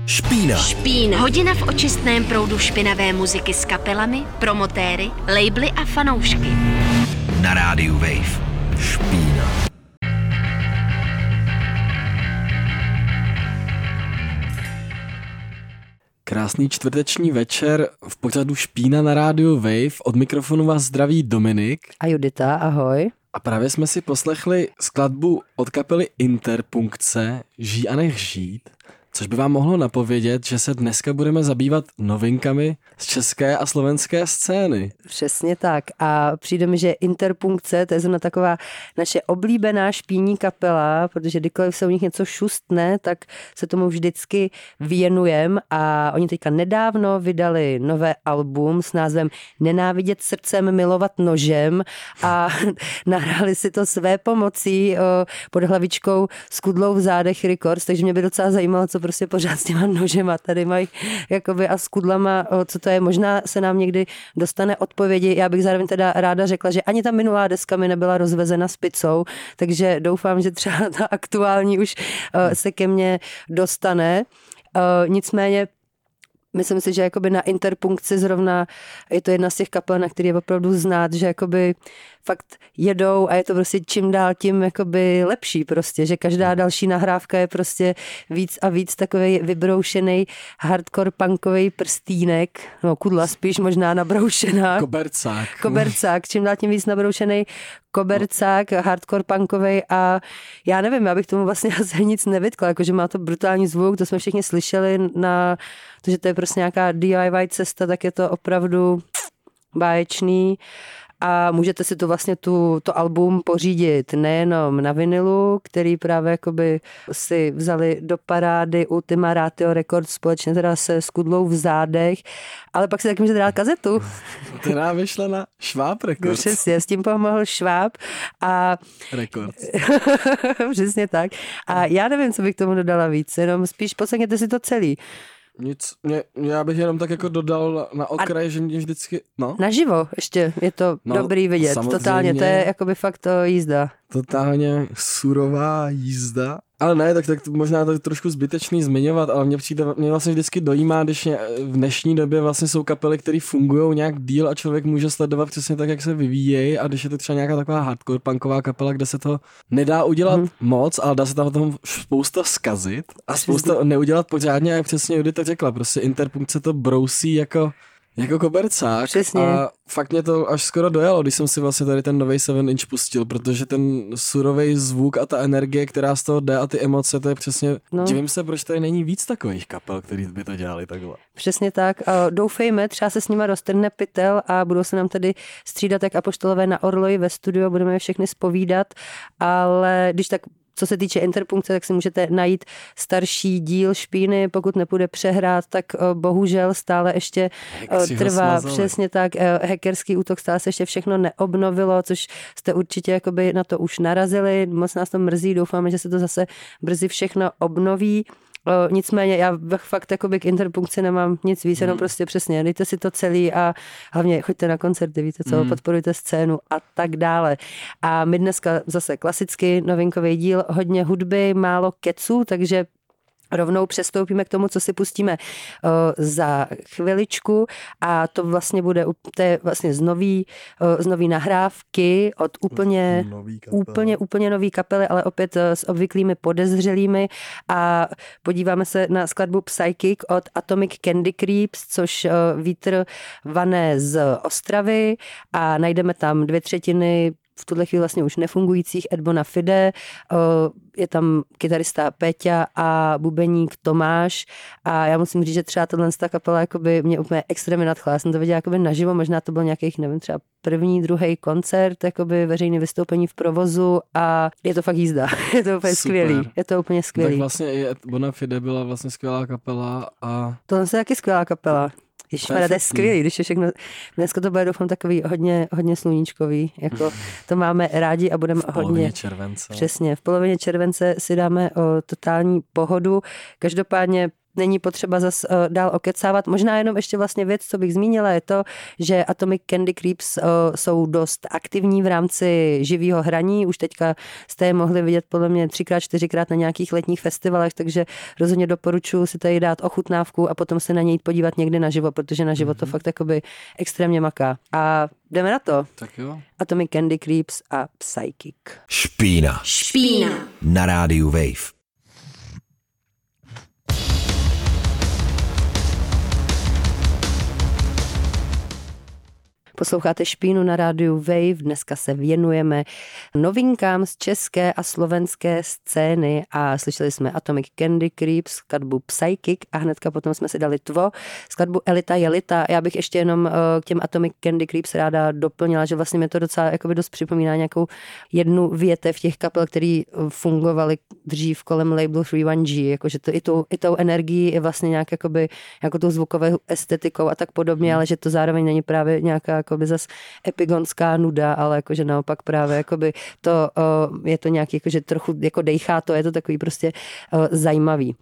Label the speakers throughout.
Speaker 1: Špína.
Speaker 2: Špína. Hodina v očistném proudu špinavé muziky s kapelami, promotéry, labely a fanoušky.
Speaker 1: Na rádiu Wave. Špína.
Speaker 3: Krásný čtvrteční večer v pořadu Špína na rádiu Wave. Od mikrofonu vás zdraví Dominik.
Speaker 4: A Judita, ahoj.
Speaker 3: A právě jsme si poslechli skladbu od kapely Interpunkce Žij a nech žít, což by vám mohlo napovědět, že se dneska budeme zabývat novinkami z české a slovenské scény.
Speaker 4: Přesně tak. A přijde mi, že Interpunkce, to je zrovna taková naše oblíbená špíní kapela, protože kdykoliv se u nich něco šustne, tak se tomu vždycky věnujeme. A oni teďka nedávno vydali nové album s názvem Nenávidět srdcem, milovat nožem a nahráli si to své pomocí pod hlavičkou S kudlou v zádech Records, takže mě by docela zajímalo, co prostě pořád s těma nožema tady mají jakoby a s kudlama, co to je. Možná se nám někdy dostane odpovědi. Já bych zároveň teda ráda řekla, že ani ta minulá deska mi nebyla rozvezena s pizzou, takže doufám, že třeba ta aktuální už se ke mně dostane. Nicméně myslím si, že jakoby na Interpunkci zrovna je to jedna z těch kapel, na který je opravdu znát, že jakoby fakt jedou a je to prostě čím dál tím jakoby lepší prostě, že každá další nahrávka je prostě víc a víc takovej vybroušenej hardcore punkovej prstínek, no kudla spíš možná nabroušená. Kobercák, čím dál tím víc nabroušenej kobercák, hardcore punkovej a já nevím, já bych tomu vlastně asi nic nevytkla, jakože má to brutální zvuk, to jsme všichni slyšeli na to, že to je prostě nějaká DIY cesta, tak je to opravdu báječný. A můžete si to vlastně to album pořídit nejenom na vinilu, který právě jakoby si vzali do parády Ultima Ratio Records společně teda se S kudlou v zádech, ale pak si taky můžete dát kazetu.
Speaker 3: Která vyšla na Šváb Records.
Speaker 4: Přesně, s tím pomohl Šváb a
Speaker 3: Records.
Speaker 4: Přesně tak. A já nevím, co bych tomu dodala víc, jenom spíš poslechněte si to celý.
Speaker 3: Nic, já bych jenom tak jako dodal na okraj, že mě vždycky, no.
Speaker 4: Naživo ještě je to dobrý vidět, samozřejmě. Totálně, to je jakoby fakt to jízda.
Speaker 3: Totálně surová jízda. Ale ne, tak možná to je trošku zbytečný zmiňovat, ale mě vlastně vždycky dojímá, když v dnešní době vlastně jsou kapely, které fungují nějak díl a člověk může sledovat přesně tak, jak se vyvíjejí a když je to třeba nějaká taková hardcore punková kapela, kde se to nedá udělat moc, ale dá se tam toho spousta zkazit a spousta neudělat pořádně, jak přesně Judita řekla, prostě Interpunkce to brousí jako kobercák.
Speaker 4: Přesně.
Speaker 3: A fakt mě to až skoro dojalo, když jsem si vlastně tady ten novej 7 inch pustil, protože ten surovej zvuk a ta energie, která z toho jde a ty emoce, to je přesně, divím se, proč tady není víc takových kapel, který by to dělali takhle.
Speaker 4: Přesně tak. Doufejme, třeba se s nima roztrhne pytel a budou se nám tady střídat jak apoštolové na orloji ve studiu, budeme je všechny zpovídat, ale když tak co se týče Interpunkce, tak si můžete najít starší díl Špíny, pokud nepůjde přehrát, tak bohužel stále ještě trvá přesně tak. Hackerský útok stále se ještě všechno neobnovilo, což jste určitě jakoby na to už narazili. Moc nás to mrzí, doufáme, že se to zase brzy všechno obnoví. Nicméně já fakt jakoby k Interpunkci nemám nic víc, jenom prostě přesně, dejte si to celý a hlavně choďte na koncerty, víte co, podporujte scénu a tak dále. A my dneska zase klasicky novinkový díl, hodně hudby, málo keců, takže rovnou přestoupíme k tomu, co si pustíme za chviličku a to vlastně bude vlastně z nový nahrávky od úplně nový kapely, ale opět s obvyklými podezřelými a podíváme se na skladbu Psychic od Atomic Candy Creeps, což vítr vane z Ostravy a najdeme tam 2/3 v tuhle chvíli vlastně už nefungujících Ed Bona Fide, je tam kytarista Péťa a bubeník Tomáš a já musím říct, že třeba tato kapela jakoby mě úplně extrémně nadchla. Já jsem to viděla jakoby naživo, možná to byl nějakých, nevím, třeba první, druhý koncert, jakoby veřejné vystoupení v provozu a je to fakt jízda. Je to úplně skvělý. Je to úplně skvělý.
Speaker 3: Tak vlastně i Ed Bona Fide byla vlastně skvělá kapela a...
Speaker 4: To je taky skvělá kapela. Ježišmarja, to je skvělý, když je všechno, dneska to bude doufám takový hodně sluníčkový, jako to máme rádi a budeme hodně
Speaker 3: července.
Speaker 4: Přesně, v polovině července si dáme totální pohodu. Každopádně není potřeba zas dál okecávat. Možná jenom ještě vlastně věc, co bych zmínila, je to, že Atomic Candy Creeps jsou dost aktivní v rámci živého hraní. Už teďka jste je mohli vidět podle mě 3x, 4x na nějakých letních festivalech, takže rozhodně doporučuji si tady dát ochutnávku a potom se na něj jít podívat někdy naživo, protože naživo to fakt jakoby extrémně maká. A jdeme na to.
Speaker 3: Tak jo.
Speaker 4: Atomic Candy Creeps a Psychic.
Speaker 1: Špína.
Speaker 2: Špína.
Speaker 1: Na rádiu Wave.
Speaker 4: Posloucháte Špínu na rádiu Wave. Dneska se věnujeme novinkám z české a slovenské scény a slyšeli jsme Atomic Candy Creeps, skladbu Psychic a hnedka potom jsme si dali Tvo, skladbu Elita Jelita. Já bych ještě jenom k těm Atomic Candy Creeps ráda doplnila, že vlastně mě to docela jakoby dost připomíná nějakou jednu větev těch kapel, které fungovaly dřív kolem labelu 31G, jakože to i tou energií je vlastně nějak jakoby, jako tou zvukovou estetikou a tak podobně, ale že to zároveň není právě nějaká jakoby zas epigonská nuda, ale jakože naopak právě jakoby to je to nějaký, jakože trochu jako dejchá to, je to takový prostě zajímavý.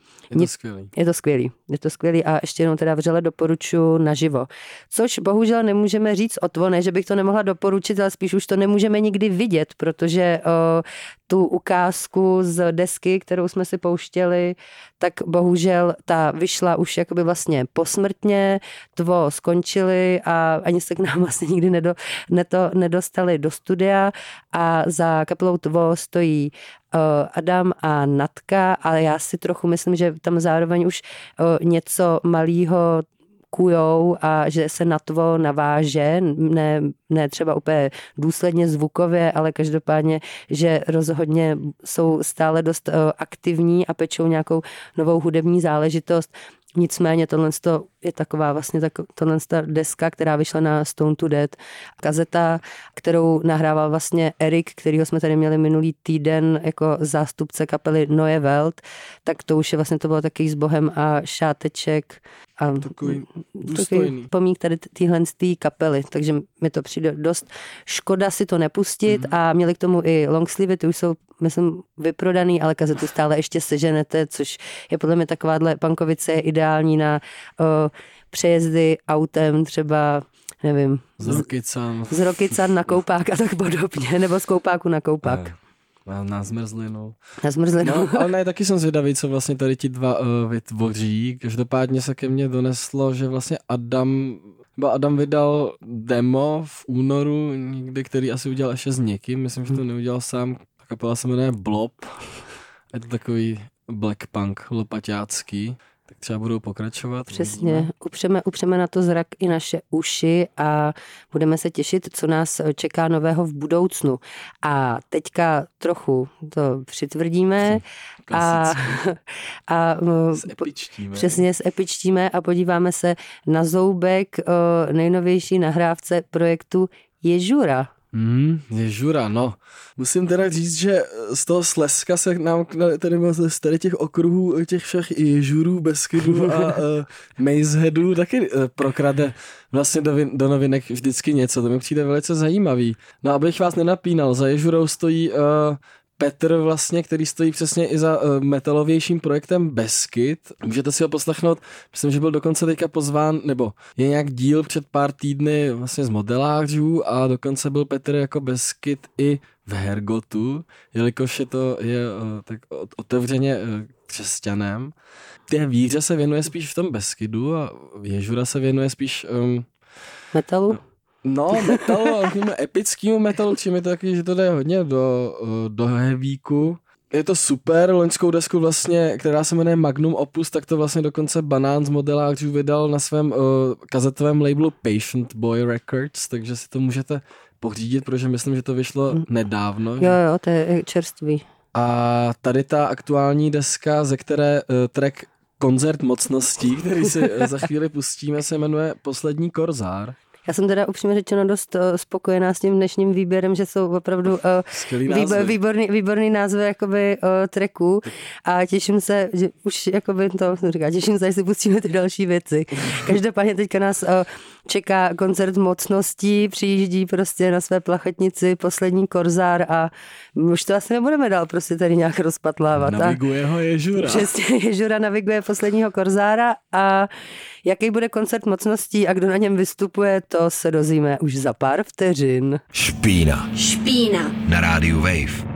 Speaker 4: Je to skvělý a ještě jenom teda vřele doporučuji naživo. Což bohužel nemůžeme říct o Tvo, ne, že bych to nemohla doporučit, ale spíš už to nemůžeme nikdy vidět, protože tu ukázku z desky, kterou jsme si pouštěli, tak bohužel ta vyšla už jakoby vlastně posmrtně, Tvo skončili a ani se k nám vlastně nikdy nedostali do studia a za kapelou Tvo stojí Adam a Natka, ale já si trochu myslím, že tam zároveň už něco malýho kujou a že se na Tvo naváže, ne třeba úplně důsledně zvukově, ale každopádně, že rozhodně jsou stále dost aktivní a pečou nějakou novou hudební záležitost. Nicméně tohle je taková vlastně tohle deska, která vyšla na Stone to Death. Kazeta, kterou nahrával vlastně Erik, kterýho jsme tady měli minulý týden jako zástupce kapely Neue Welt, tak to už je vlastně to bylo taky s Bohem a Šáteček. A
Speaker 3: takový důstojný
Speaker 4: pomík tady téhle kapely, takže mi to přijde dost škoda si to nepustit a měli k tomu i longsleevy, ty už jsou, myslím, vyprodaný, ale kazetu stále ještě seženete, což je podle mě takováhle punkovice je ideální na přejezdy autem třeba, nevím. Z Rokycan na Koupák a tak podobně, nebo z Koupáku na Koupák.
Speaker 3: Na zmrzlinu.
Speaker 4: No,
Speaker 3: ale ne, taky jsem zvědavý, co vlastně tady ti dva vytvoří. Každopádně se ke mně doneslo, že vlastně Adam vydal demo v únoru někde, který asi udělal ještě s někým. Myslím, že to neudělal sám. Ta kapela se jmenuje Blob. Je to takový black punk lopaťácký. Tak třeba budou pokračovat.
Speaker 4: Přesně, upřeme na to zrak i naše uši a budeme se těšit, co nás čeká nového v budoucnu. A teďka trochu to přitvrdíme a zepičtíme a podíváme se na zoubek nejnovější nahrávce projektu Ježura.
Speaker 3: Ježura, no. Musím teda říct, že z toho Slezska se nám z tady těch okruhů, těch všech Ježurů, Beskydů a Mazeheadů taky prokrade vlastně do novinek vždycky něco. To mi přijde velice zajímavý. No abych vás nenapínal, za Ježurou stojí Petr vlastně, který stojí přesně i za metalovějším projektem Beskyd. Můžete si ho poslechnout, myslím, že byl dokonce teďka pozván, nebo je nějak díl před pár týdny vlastně z modelářů a dokonce byl Petr jako Beskyd i v Hergotu, jelikož je tak otevřeně křesťanem. Té víře se věnuje spíš v tom Beskydu a Ježura se věnuje spíš
Speaker 4: metalu?
Speaker 3: No, metalu, epickýmu metalu, čím je to taky, že to jde hodně do heavíku. Je to super, loňskou desku vlastně, která se jmenuje Magnum Opus, tak to vlastně dokonce Banán z modelářů vydal na svém kazetovém labelu Patient Boy Records, takže si to můžete pořídit, protože myslím, že to vyšlo nedávno.
Speaker 4: Jo, to je čerstvý.
Speaker 3: A tady ta aktuální deska, ze které track Koncert mocností, který si za chvíli pustíme, se jmenuje Poslední korzár.
Speaker 4: Já jsem teda upřímně řečeno dost spokojená s tím dnešním výběrem, že jsou opravdu výborný názvy jakoby tracků a těším se, že už jakoby těším se, že si pustíme ty další věci. Každopádně teďka nás čeká koncert mocností, přijíždí prostě na své plachetnici poslední Korzár a už to asi nebudeme dál prostě tady nějak rozpatlávat.
Speaker 3: Naviguje ho Ježura.
Speaker 4: Přesně, Ježura naviguje posledního Korzára a jaký bude koncert mocností a kdo na něm vystupuje, to se dozvíme už za pár vteřin.
Speaker 1: Špína.
Speaker 2: Špína.
Speaker 1: Na rádiu Wave.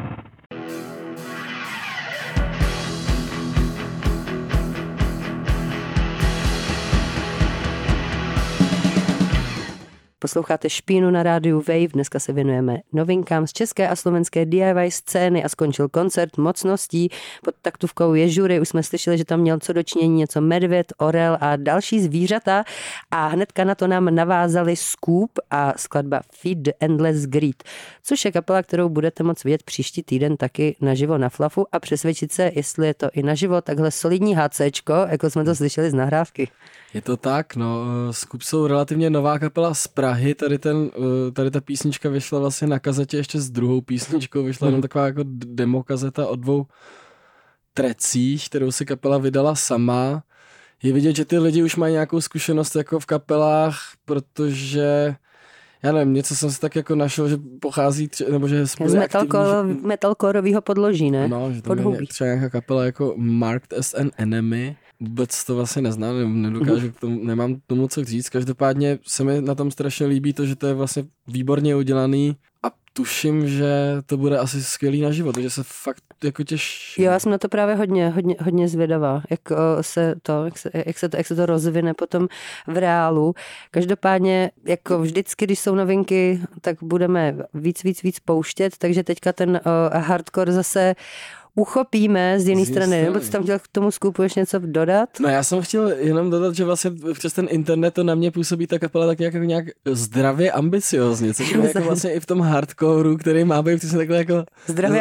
Speaker 4: Posloucháte Špínu na rádiu Wave, dneska se věnujeme novinkám z české a slovenské DIY scény a skončil koncert mocností pod taktovkou Ježury. Už jsme slyšeli, že tam měl co dočinění něco medvěd, orel a další zvířata a hnedka na to nám navázali Scoop a skladba Feed the Endless Greed, což je kapela, kterou budete moct vidět příští týden taky naživo na Flafu a přesvědčit se, jestli je to i naživo takhle solidní HCčko, jako jsme to slyšeli z nahrávky.
Speaker 3: Je to tak, no, Scoop jsou relativně nová kapela z Prahy, tady ta písnička vyšla vlastně na kazetě ještě s druhou písničkou, vyšla jenom taková jako demo kazeta o 2 trecích, kterou si kapela vydala sama. Je vidět, že ty lidi už mají nějakou zkušenost jako v kapelách, protože já nevím, něco jsem si tak jako našel, že pochází, nebo že
Speaker 4: z metalcoreového podloží, ne?
Speaker 3: No, že tam je třeba nějaká kapela jako Marked as an Enemy. Vůbec to vlastně neznám, nedokážu k tomu, nemám tomu co říct. Každopádně se mi na tom strašně líbí to, že to je vlastně výborně udělaný a tuším, že to bude asi skvělý na život, takže se fakt jako těším.
Speaker 4: Jo, já jsem na to právě hodně zvědavá, jak se to rozvine potom v reálu. Každopádně, jako vždycky, když jsou novinky, tak budeme víc pouštět, takže teďka ten hardcore zase uchopíme z jiné strany. Nebo jsi tam chtěl k tomu Scoopu ještě něco dodat?
Speaker 3: No já jsem chtěl jenom dodat, že vlastně přes ten internet to na mě působí ta kapela tak nějak zdravě ambiciozně, což je jako vlastně i v tom hardcoreu, který má být přesně takhle jako zdravě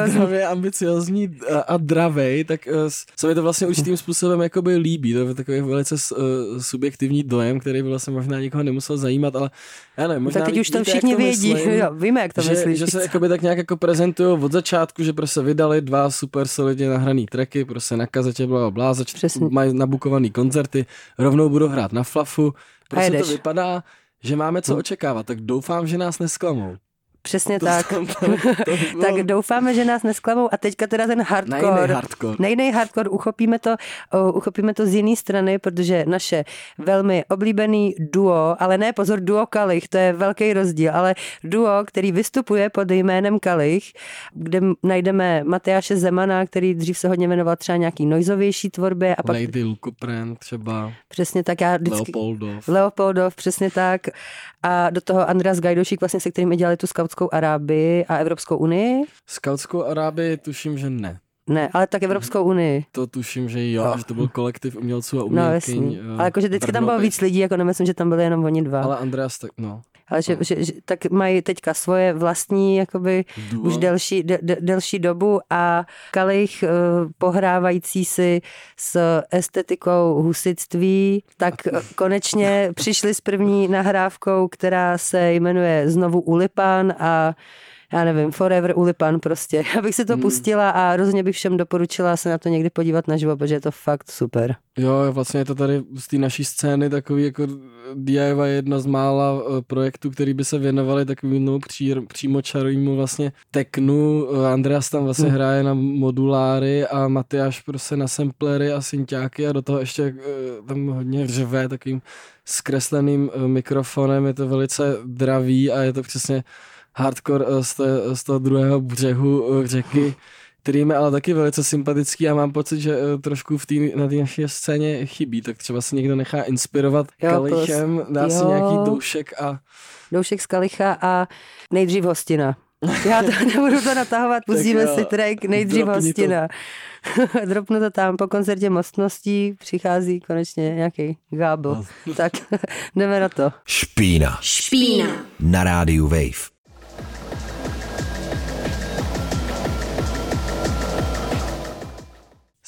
Speaker 3: ambiciozní a dravej, tak se mi to vlastně určitým způsobem jakoby líbí. To je takový velice subjektivní dojem, který by vlastně možná nikoho nemusel zajímat, ale já nevím, možná
Speaker 4: tak teď už to všichni vědí, jo, víme, jak to myslíš.
Speaker 3: Že se jakoby tak nějak jako prezentujou od začátku, že prostě vydali 2 super solidně nahraný tracky, prostě na kazetě blablabla, mají nabukovaný koncerty, rovnou budou hrát na Flafu. Prostě to vypadá, že máme co očekávat, tak doufám, že nás nesklamou.
Speaker 4: Přesně tak. Tak doufáme, že nás nesklamou a teďka teda ten nejnej hardcore, uchopíme to z jiné strany, protože naše velmi oblíbený duo, ale ne pozor, duo Kalich, to je velký rozdíl, ale duo, který vystupuje pod jménem Kalich, kde najdeme Matyáše Zemana, který dřív se hodně věnoval třeba nějaký noizovější tvorbě. A pak
Speaker 3: Lady Lukopren třeba.
Speaker 4: Přesně tak. Leopoldov, přesně tak. A do toho Andreas Gajdošík, vlastně, se kterými dělali tu Skautskou Arábii a Evropskou unii.
Speaker 3: Skautskou Arábii tuším, že ne.
Speaker 4: Ne, ale tak Evropskou unii.
Speaker 3: To tuším, že jo, že to byl kolektiv umělců a umělkyň.
Speaker 4: No, ale jakože vždycky tam bylo víc lidí, jako nemyslím, že tam byli jenom oni 2.
Speaker 3: Ale Andreas, tak no.
Speaker 4: Ale že tak mají teďka svoje vlastní, jakoby duo. Už delší dobu a Kalich pohrávající si s estetikou husitství, tak konečně přišli s první nahrávkou, která se jmenuje Znovu Ulipan a já nevím, Forever Ulipan prostě. Abych si to pustila a rozhodně bych všem doporučila se na to někdy podívat naživo, protože je to fakt super.
Speaker 3: Jo, vlastně je to tady z té naší scény takový jako DIY jedna z mála projektů, který by se věnovali takovému přímočarovému vlastně teknu. Andreas tam vlastně hraje na moduláry a Matyáš prostě na samplery a synťáky a do toho ještě tam hodně řve takovým zkresleným mikrofonem. Je to velice dravý a je to přesně hardcore z toho druhého břehu řeky, který je ale taky velice sympatický a mám pocit, že trošku na té naší scéně chybí, tak třeba si někdo nechá inspirovat Kalichem, dá si nějaký doušek
Speaker 4: z Kalicha a nejdřív hostina. Já to nebudu to natahovat, pustíme si track nejdřív hostina. Dropnu to tam, po koncertě mocností přichází konečně nějaký gábl. Tak jdeme na to.
Speaker 1: Špína. Na rádiu Wave.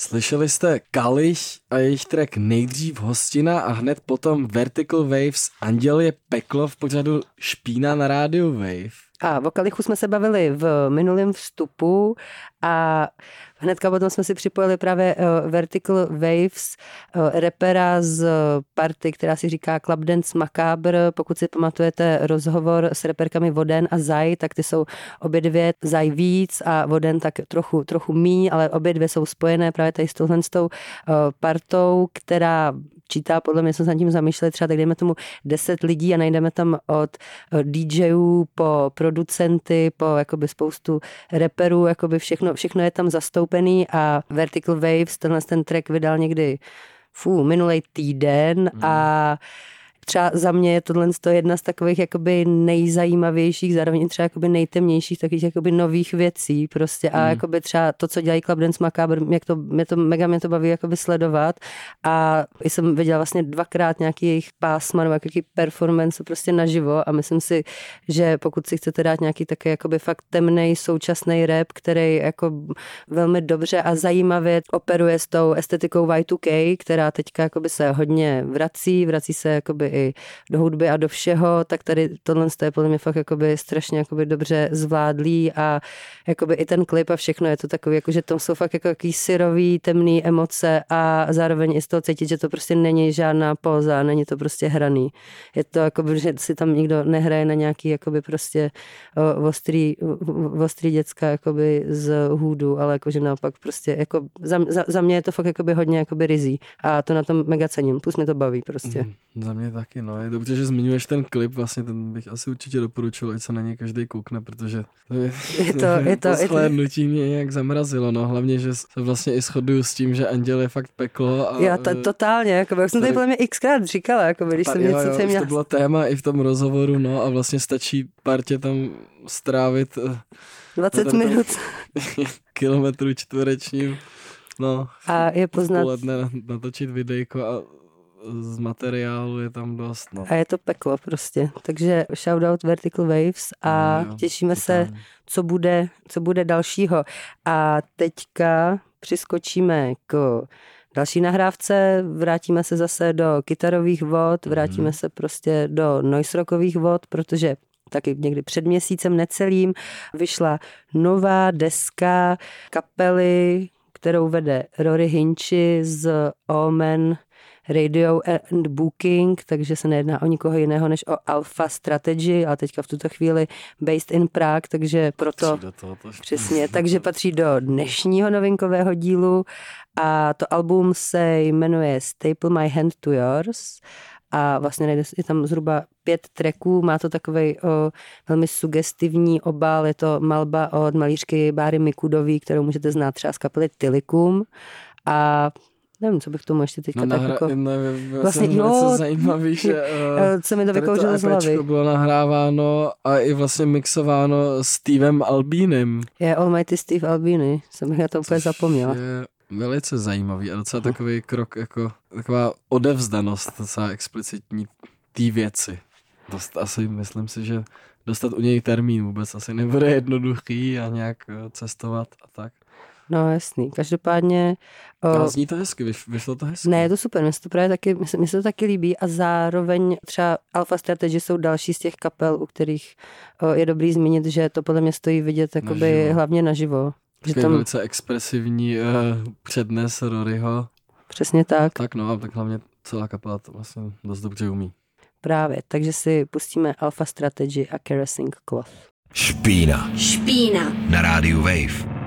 Speaker 3: Slyšeli jste Kalich a jejich track Nejdřív hostina a hned potom Vertical Waves Anděl je peklo v pořadu Špína na rádiu Wave.
Speaker 4: A o Kalichu jsme se bavili v minulém vstupu a hnedka potom jsme si připojili právě Vertical Waves, rapera z party, která si říká Club Dance Macabre. Pokud si pamatujete rozhovor s reperkami Voden a Zaj, tak ty jsou obě dvě, Zaj víc a Voden tak trochu míň, ale obě dvě jsou spojené právě tady s touhle partou, která čítá, podle mě jsme se nad tím zamýšleli, třeba tak dejme tomu 10 lidí a najdeme tam od DJů po producenty, po jakoby spoustu rapperů, jakoby všechno je tam zastoupený a Vertical Waves, ten track vydal někdy minulej týden a třeba za mě je tohle jedna z takových jakoby nejzajímavějších, zároveň třeba jakoby nejtemnějších takových jakoby nových věcí prostě a jakoby třeba to, co dělají Club Dance Macabre, mě to baví jakoby sledovat a jsem viděla vlastně 2krát nějaký jejich pásma nebo nějaký performance prostě naživo a myslím si, že pokud si chcete dát nějaký taky jakoby fakt temnej současný rap, který jako velmi dobře a zajímavě operuje s tou estetikou Y2K, která teďka jakoby se hodně vrací se jakoby i do hudby a do všeho, tak tady tohle je podle mě fakt jakoby strašně jakoby dobře zvládlý a jakoby i ten klip a všechno je to takový, jakože tam jsou fakt jako jaký syrový, temný emoce a zároveň i z toho cítit, že to prostě není žádná póza, není to prostě hraný. Je to jakoby, že si tam nikdo nehraje na nějaký jakoby prostě ostrý děcka jakoby z hůdu, ale jakože naopak prostě jako za mě je to fakt jakoby hodně jakoby rizí a to na tom mega cením, plus mě to baví prostě.
Speaker 3: Za mě taky, no. Je dobře, že zmiňuješ ten klip, vlastně ten bych asi určitě doporučil, ať se na něj každý koukne, protože to shlédnutí mě nějak zamrazilo, no. Hlavně, že se vlastně i shoduju s tím, že Anděl je fakt peklo. A,
Speaker 4: já totálně, jakoby, jak jsem tady podle mě xkrát říkala, jakoby, když jsem něco měla.
Speaker 3: To bylo téma i v tom rozhovoru, no a vlastně stačí partě tam strávit
Speaker 4: 20 minut.
Speaker 3: kilometrů čtverečním, no.
Speaker 4: A je poznat.
Speaker 3: Poledne natočit videjko a z materiálu je tam dost. No.
Speaker 4: A je to peklo prostě. Takže shoutout Vertical Waves a těšíme se, co bude dalšího. A teďka přiskočíme k další nahrávce, vrátíme se zase do kytarových vod, vrátíme se prostě do noise rockových vod, protože taky někdy před měsícem necelým vyšla nová deska kapely, kterou vede Rory Hinchy z Omen Radio and Booking, takže se nejedná o nikoho jiného než o Alpha Strategy, ale teďka v tuto chvíli based in Prague, takže proto přesně, takže patří do dnešního novinkového dílu a to album se jmenuje Staple My Hand to Yours a vlastně je tam zhruba 5 tracků, má to takovej velmi sugestivní obal, je to malba od malířky Báry Mikudový, kterou můžete znát třeba z kapely Tylicum a nevím, co bych tomu ještě teďka tak jako...
Speaker 3: Vlastně zajímavý, že
Speaker 4: co mi to vykouřilo z hlavy.
Speaker 3: Bylo nahráváno a i vlastně mixováno Stevem Albínem.
Speaker 4: Je Almighty Steve Albini, jsem já to úplně zapomněla.
Speaker 3: Je velice zajímavý a docela takový krok, jako taková odevzdanost, docela explicitní té věci. Dost asi, myslím si, že dostat u něj termín vůbec asi nebude jednoduchý a nějak cestovat a tak.
Speaker 4: No jasný, každopádně...
Speaker 3: Ale zní to hezky, vyšlo to hezky.
Speaker 4: Ne, je to super, mně se to taky líbí a zároveň třeba Alpha Strategy jsou další z těch kapel, u kterých je dobrý zmínit, že to podle mě stojí vidět jakoby hlavně naživo.
Speaker 3: Že tam velice expresivní přednes Roryho.
Speaker 4: Přesně tak.
Speaker 3: Tak no, a tak hlavně celá kapela to vlastně dost dobře umí.
Speaker 4: Právě, takže si pustíme Alpha Strategy a Kerosene Cloth.
Speaker 1: Špína na rádiu Wave.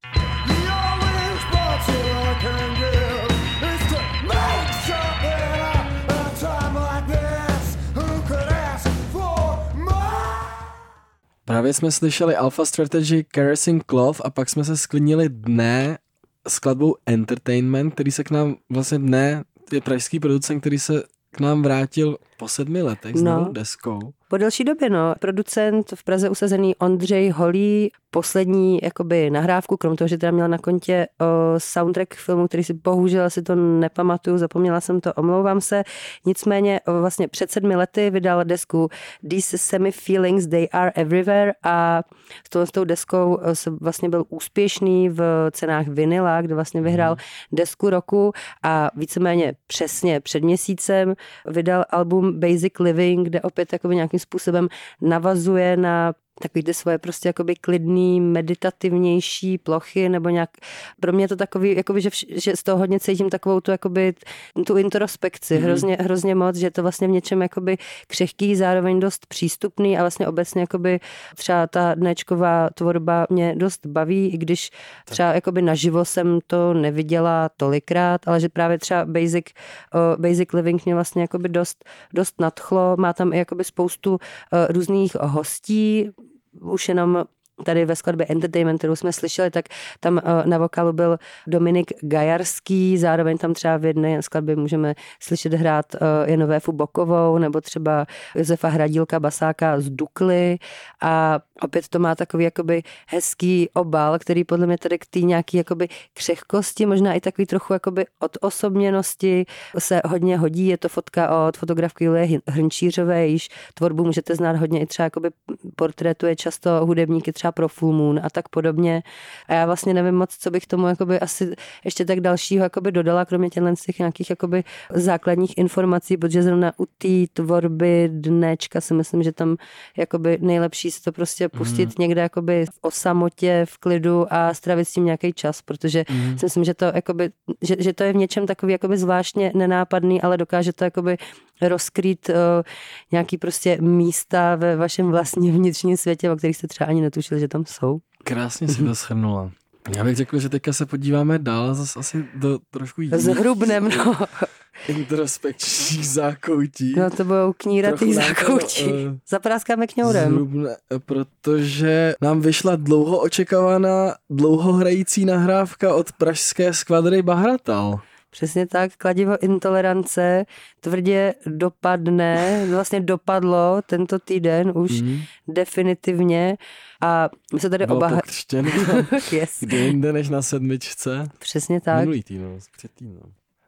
Speaker 3: Právě jsme slyšeli Alpha Strategy, Kerosene Cloth a pak jsme se sklidnili Dne skladbou Entertainment, který se k nám vlastně Dne je pražský producent, který se k nám vrátil po 7 letech s novou deskou.
Speaker 4: Po delší době, no. Producent v Praze usazený Ondřej Holý, poslední jakoby nahrávku, krom toho, že teda měl na kontě soundtrack filmu, který si bohužel si to nepamatuju, zapomněla jsem to, omlouvám se. Nicméně vlastně před 7 lety vydal desku These Semi Feelings, They Are Everywhere a s tou deskou se vlastně byl úspěšný v cenách Vinyla, kde vlastně vyhrál desku roku a víceméně přesně před měsícem vydal album Basic Living, kde opět jakoby nějakým způsobem navazuje na takový ty svoje prostě jakoby klidný, meditativnější plochy, nebo nějak, pro mě je to takový, jakoby, že z toho hodně cítím takovou tu, jakoby, tu introspekci, hrozně moc, že je to vlastně v něčem jakoby křehký, zároveň dost přístupný a vlastně obecně jakoby třeba ta dnečková tvorba mě dost baví, i když třeba jakoby naživo jsem to neviděla tolikrát, ale že právě třeba Basic Living mě vlastně jakoby dost nadchlo, má tam i jakoby spoustu různých hostí, už jenom tady ve skladbě Entertainment, kterou jsme slyšeli, tak tam na vokálu byl Dominik Gajarský, zároveň tam třeba v jedné skladbě můžeme slyšet hrát Jenovéfu Bokovou nebo třeba Josefa Hradílka, basáka z Dukly a opět to má takový jakoby hezký obal, který podle mě tady k té nějaký jakoby křehkosti, možná i takový trochu jakoby odosobněnosti se hodně hodí. Je to fotka od fotografky Julie Hrnčířové, jejíž tvorbu můžete znát hodně i třeba jakoby portrétuje často hudebníky třeba pro Full Moon a tak podobně. A já vlastně nevím moc, co bych tomu jakoby asi ještě tak dalšího jakoby dodala, kromě těch nějakých jakoby základních informací, protože zrovna u té tvorby dnečka si myslím, že tam jakoby nejlepší se to prostě pustit někde jakoby o samotě, v klidu a strávit s tím nějaký čas, protože si myslím, že to jakoby, že to je v něčem takový jakoby zvláštně nenápadný, ale dokáže to jakoby rozkrýt nějaký prostě místa ve vašem vlastním vnitřním světě, o kterých jste třeba ani netušili, že tam jsou.
Speaker 3: Krásně si to shrnula. Já bych řekl, že teďka se podíváme dál, zase asi do trošku jiných.
Speaker 4: Zhrubnem, no.
Speaker 3: Introspekčních zákoutí.
Speaker 4: No to budou kníratý zákoutí. Zapráskáme kňourem.
Speaker 3: Zhrubne, protože nám vyšla dlouho očekávaná, dlouho hrající nahrávka od pražské skvadry Bahratal.
Speaker 4: Přesně tak, kladivo intolerance tvrdě vlastně dopadlo tento týden už definitivně a my se tady
Speaker 3: pokřtěno. Yes. Kdy jinde než na 7.
Speaker 4: Přesně tak.
Speaker 3: Minulý týden, před týdnem.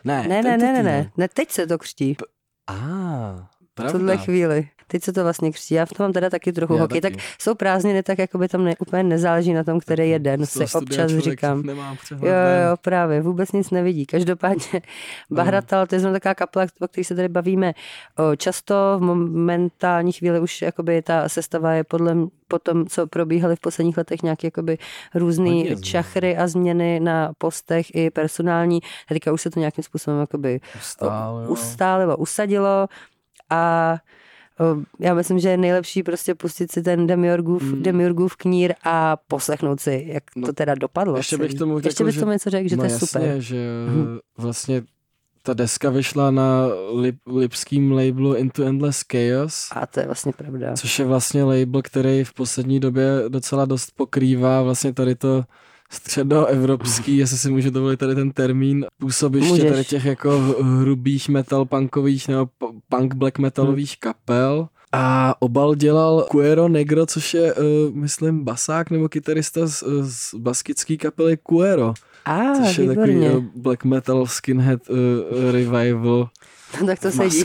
Speaker 4: Ne, teď se to křtí.
Speaker 3: Pravda.
Speaker 4: V tuhle chvíli. Teď se to vlastně křtí. Já v tom mám teda taky trochu hokej. Tak jsou prázdniny, tak jakoby tam úplně nezáleží na tom, který je den, si občas říkám. Jo, právě, vůbec nic nevidí. Každopádně Bahratal, to je zrovna taková kapela, o které se tady bavíme často. V momentální chvíli už jakoby ta sestava je po tom, co probíhaly v posledních letech nějaké jakoby různý čachry a změny na postech i personální. Teďka už se to nějakým způsobem jakoby ustálilo, usadilo a já myslím, že je nejlepší prostě pustit si ten Demiurgův knír a poslechnout si, jak to teda dopadlo.
Speaker 3: Ještě bych tomu
Speaker 4: něco řekl, že to je super.
Speaker 3: Jasně, že vlastně ta deska vyšla na lipským labelu Into Endless Chaos.
Speaker 4: A to je vlastně pravda.
Speaker 3: Což je vlastně label, který v poslední době docela dost pokrývá vlastně tady to středoevropský, jestli si můžu dovolit tady ten termín, působiště tady těch jako hrubých metal punkových nebo punk black metalových kapel. A obal dělal Cuero Negro, což je, myslím, basák nebo kytarista z baskické kapely Cuero. Což je takový black metal skinhead revival.
Speaker 4: Tak to sedí.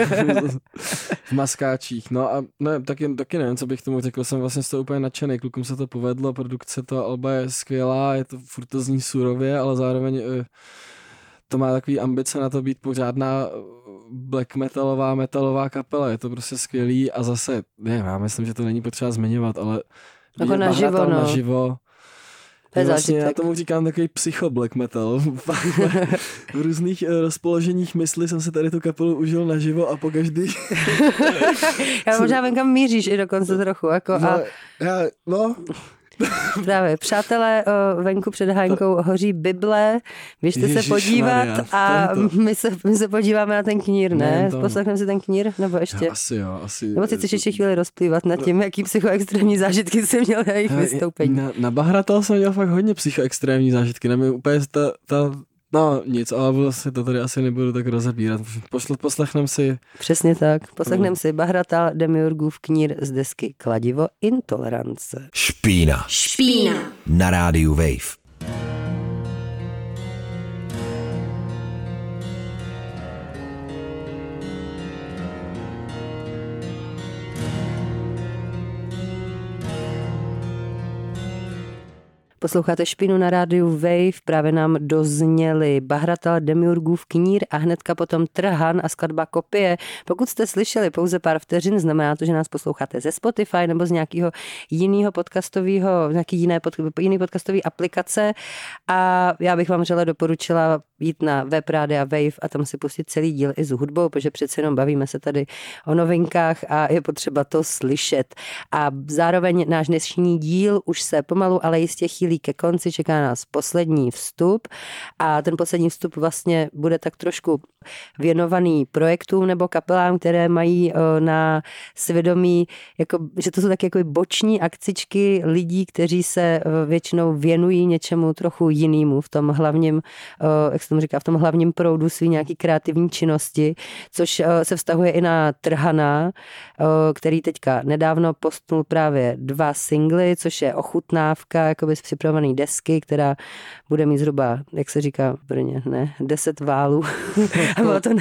Speaker 3: V maskáčích. No a ne, taky nevím, co bych tomu řekl. Jsem vlastně z toho úplně nadšený. Klukům se to povedlo, produkce toho alba je skvělá, je to furt to zní surově, ale zároveň to má takový ambice na to být pořádná black metalová kapela. Je to prostě skvělý a zase, já myslím, že to není potřeba zmiňovat, ale
Speaker 4: jako
Speaker 3: naživo. Vlastně já tomu říkám takový psycho black metal. V různých rozpoloženích mysli jsem se tady tu kapelu užil naživo a po každý...
Speaker 4: Já možná vím, kam míříš i dokonce trochu. Jako Právě, přátelé, venku před Háňkou hoří Bible, běžte se podívat a my se podíváme na ten knír, ne? Poslechneme si ten knír, nebo ještě?
Speaker 3: Asi jo, asi.
Speaker 4: Nebo si chceš ještě chvíli rozplývat nad tím, jaký psychoextrémní zážitky jsi měl na jejich vystoupení.
Speaker 3: Na Bahratal jsem měl fakt hodně psychoextrémní zážitky, na mě úplně ta No nic, ale vlastně to tady asi nebudu tak rozebírat. Poslechneme si...
Speaker 4: Přesně tak. Poslechneme si Bahratal Demiurgův knír z desky Kladivo intolerance.
Speaker 1: Špína. Na rádiu Wave.
Speaker 4: Posloucháte Špínu na rádiu Wave, právě nám dozněli Bahratal Demiurgův knír a hnedka potom Trhan a skladba Kopie. Pokud jste slyšeli pouze pár vteřin, znamená to, že nás posloucháte ze Spotify nebo z nějakého jiného podcastového, jiný podcastový aplikace a já bych vám vřele doporučila jít na web Rádia Wave a tam si pustit celý díl i s hudbou, protože přece jenom bavíme se tady o novinkách a je potřeba to slyšet. A zároveň náš dnešní díl už se pomalu, ale jistě chýlí ke konci, čeká nás poslední vstup a ten poslední vstup vlastně bude tak trošku věnovaný projektům nebo kapelám, které mají na svědomí, jako, že to jsou taky jako boční akcičky lidí, kteří se většinou věnují něčemu trochu jinému v tom hlavním, jak se tomu říká, v tom hlavním proudu svý nějaký kreativní činnosti, což se vztahuje i na Trhana, který teďka nedávno postnul právě 2 singly, což je ochutnávka jakoby z připravené desky, která bude mít zhruba, jak se říká v Brně, 10 válů. Bylo to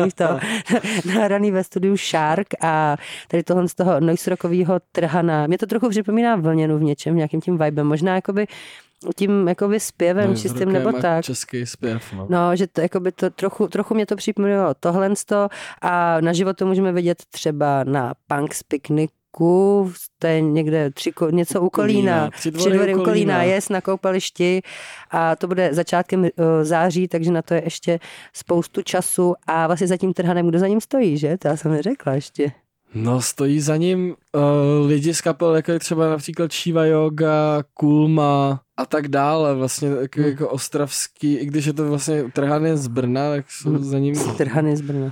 Speaker 4: nahraný ve studiu Shark a tady tohle z toho noise rockovýho Trhana. Mě to trochu připomíná Vlněnu v něčem, nějakým tím vibem. Možná jakoby tím jakoby zpěvem
Speaker 3: no,
Speaker 4: čistým nebo tak.
Speaker 3: Český zpěv, no.
Speaker 4: No, že to jakoby to trochu mě to připomínalo tohlensto a na život to můžeme vidět třeba na Punks Picnicu, to je někde něco u Kolína. Tři dvory u Kolína jest na koupališti a to bude začátkem září, takže na to je ještě spoustu času a vlastně za tím Trhanem, kdo za ním stojí, že? To já jsem neřekla ještě.
Speaker 3: No, stojí za ním lidi z kapel, jako je třeba například Shiva Yoga, Kulma a tak dále, vlastně jako ostravský, i když je to vlastně Trhan z Brna, tak jsou za ním...
Speaker 4: Trhan z Brna.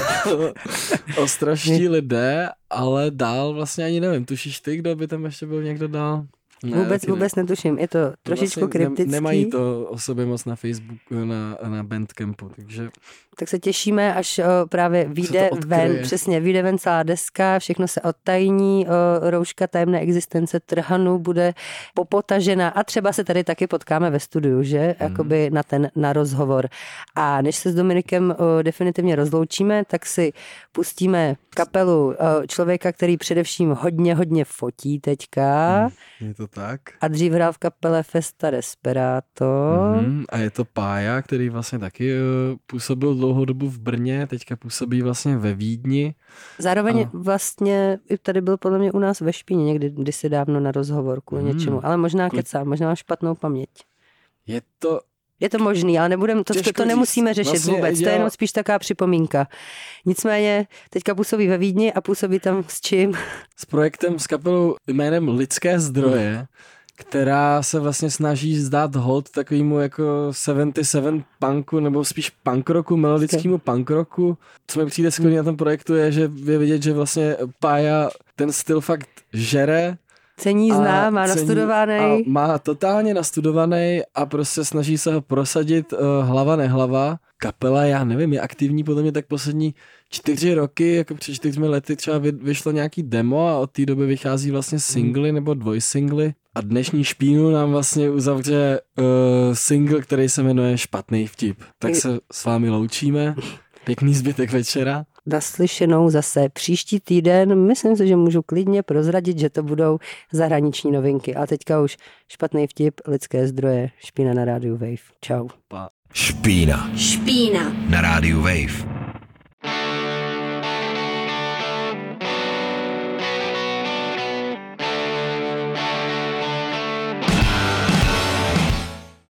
Speaker 3: ostravští lidé, ale dál vlastně ani nevím, tušíš ty, kdo by tam ještě byl někdo dál?
Speaker 4: Ne, vůbec netuším, je to trošičku vlastně kryptický.
Speaker 3: Nemají to o sobě moc na Facebooku, na Bandcampu, takže...
Speaker 4: Tak se těšíme, až právě vyjde ven celá deska, všechno se odtajní, rouška tajemné existence Trhanu bude popotažena a třeba se tady taky potkáme ve studiu, že? Jakoby na rozhovor. A než se s Dominikem definitivně rozloučíme, tak si pustíme kapelu člověka, který především hodně fotí teďka.
Speaker 3: Je to tak.
Speaker 4: A dřív hrál v kapele Festa Resperato.
Speaker 3: A je to Pája, který vlastně taky působil dlouhou dobu v Brně, teďka působí vlastně ve Vídni.
Speaker 4: Zároveň vlastně i tady byl podle mě u nás ve Špíně někdy kdysi dávno na rozhovor kvůli něčemu, ale možná kecám, možná mám špatnou paměť. Je to možný, ale to nemusíme řešit vlastně vůbec, to je jenom spíš taková připomínka. Nicméně teďka působí ve Vídni a působí tam s čím?
Speaker 3: S projektem, s kapelou jménem Lidské zdroje, která se vlastně snaží zdát hold takovému jako 77 punku, nebo spíš punk rocku, melodickému punk rocku. Co mi přijde skvělý na tom projektu je, že je vidět, že vlastně Pája ten styl fakt žere.
Speaker 4: Má nastudovaný.
Speaker 3: Má totálně nastudovaný a prostě snaží se ho prosadit hlava nehlava. Kapela, já nevím, je aktivní podle mě tak poslední 4 roky, jako před 4 lety třeba vyšlo nějaký demo a od té doby vychází vlastně singly nebo dvojsingly. A dnešní Špínu nám vlastně uzavře single, který se jmenuje Špatný vtip. Tak se s vámi loučíme. Pěkný zbytek večera.
Speaker 4: Naslyšenou zase příští týden. Myslím si, že můžu klidně prozradit, že to budou zahraniční novinky. A teďka už Špatný vtip, Lidské zdroje, Špína na rádiu Wave. Čau.
Speaker 1: Špína. Na rádiu Wave.